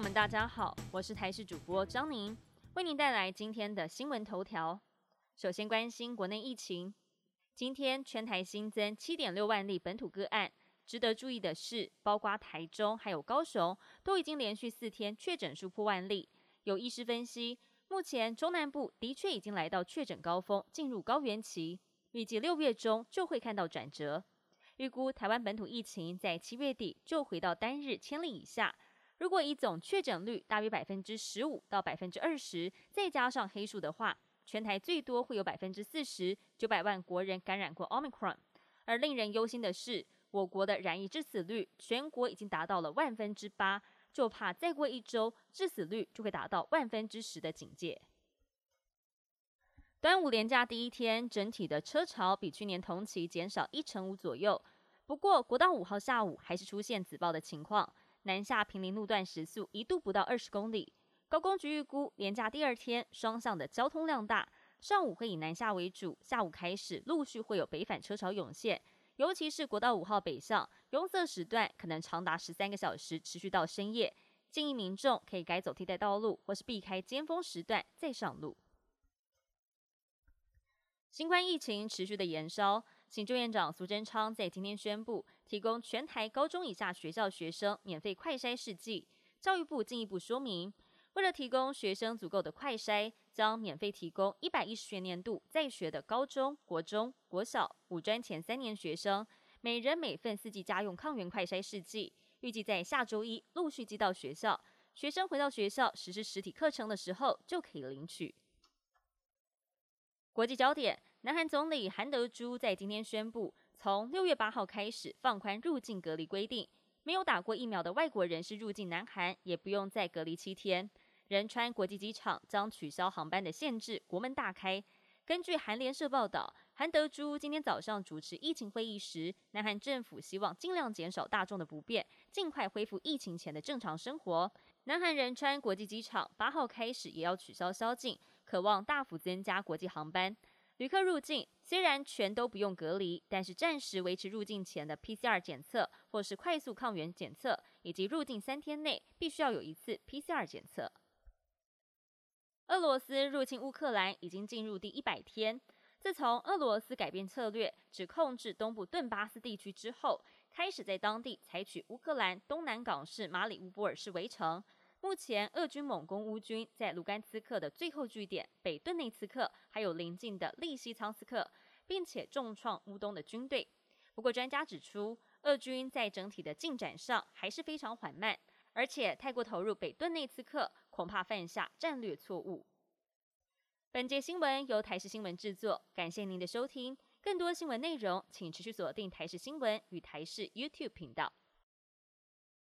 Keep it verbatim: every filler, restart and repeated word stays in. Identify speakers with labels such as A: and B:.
A: 们大家好，我是台视主播张宁，为您带来今天的新闻头条。首先关心国内疫情，今天全台新增 七点六万例本土个案。值得注意的是，包括台中还有高雄，都已经连续四天确诊数破万例。有医师分析，目前中南部的确已经来到确诊高峰，进入高原期，预计六月中就会看到转折。预估台湾本土疫情在七月底就回到单日千例以下。如果以总确诊率大约百分之十五到百分之二十，再加上黑数的话，全台最多会有百分之四十九百万国人感染过 Omicron。而令人忧心的是，我国的染疫致死率全国已经达到了万分之八，就怕再过一周致死率就会达到万分之十的警戒。端午连假第一天，整体的车潮比去年同期减少一成五左右。不过国道五号下午还是出现紫爆的情况，南下平林路段时速一度不到二十公里。高工局预估连假第二天双向的交通量大，上午会以南下为主，下午开始陆续会有北返车潮涌现。尤其是国道五号北上，拥塞时段可能长达十三个小时，持续到深夜。建议民众可以改走替代道路，或是避开尖峰时段再上路。新冠疫情持续的延烧，行政院长苏贞昌在今天宣布，提供全台高中以下学校学生免费快筛试剂。教育部进一步说明，为了提供学生足够的快筛，将免费提供一百一十学年度在学的高中、国中、国小、五专前三年学生，每人每份四剂家用抗原快筛试剂，预计在下周一陆续寄到学校。学生回到学校实施实体课程的时候，就可以领取。国际焦点，南韩总理韩德洙在今天宣布，从六月八号开始放宽入境隔离规定，没有打过疫苗的外国人士入境南韩也不用再隔离七天。仁川国际机场将取消航班的限制，国门大开。根据韩联社报道，韩德洙今天早上主持疫情会议时，南韩政府希望尽量减少大众的不便，尽快恢复疫情前的正常生活。南韩仁川国际机场八号开始也要取消宵禁，渴望大幅增加国际航班。旅客入境虽然全都不用隔离，但是暂时维持入境前的 P C R 检测或是快速抗原检测，以及入境三天内必须要有一次 P C R 检测。俄罗斯入侵乌克兰已经进入第一百天。自从俄罗斯改变策略，只控制东部顿巴斯地区之后，开始在当地采取乌克兰东南港市马里乌波尔市围城。目前，俄军猛攻乌军在卢甘斯克的最后据点北顿内茨克，还有邻近的利西昌斯克，并且重创乌东的军队。不过，专家指出，俄军在整体的进展上还是非常缓慢，而且太过投入北顿内茨克，恐怕犯下战略错误。本节新闻由台视新闻制作，感谢您的收听。更多新闻内容，请持续锁定台视新闻与台视 YouTube 频道。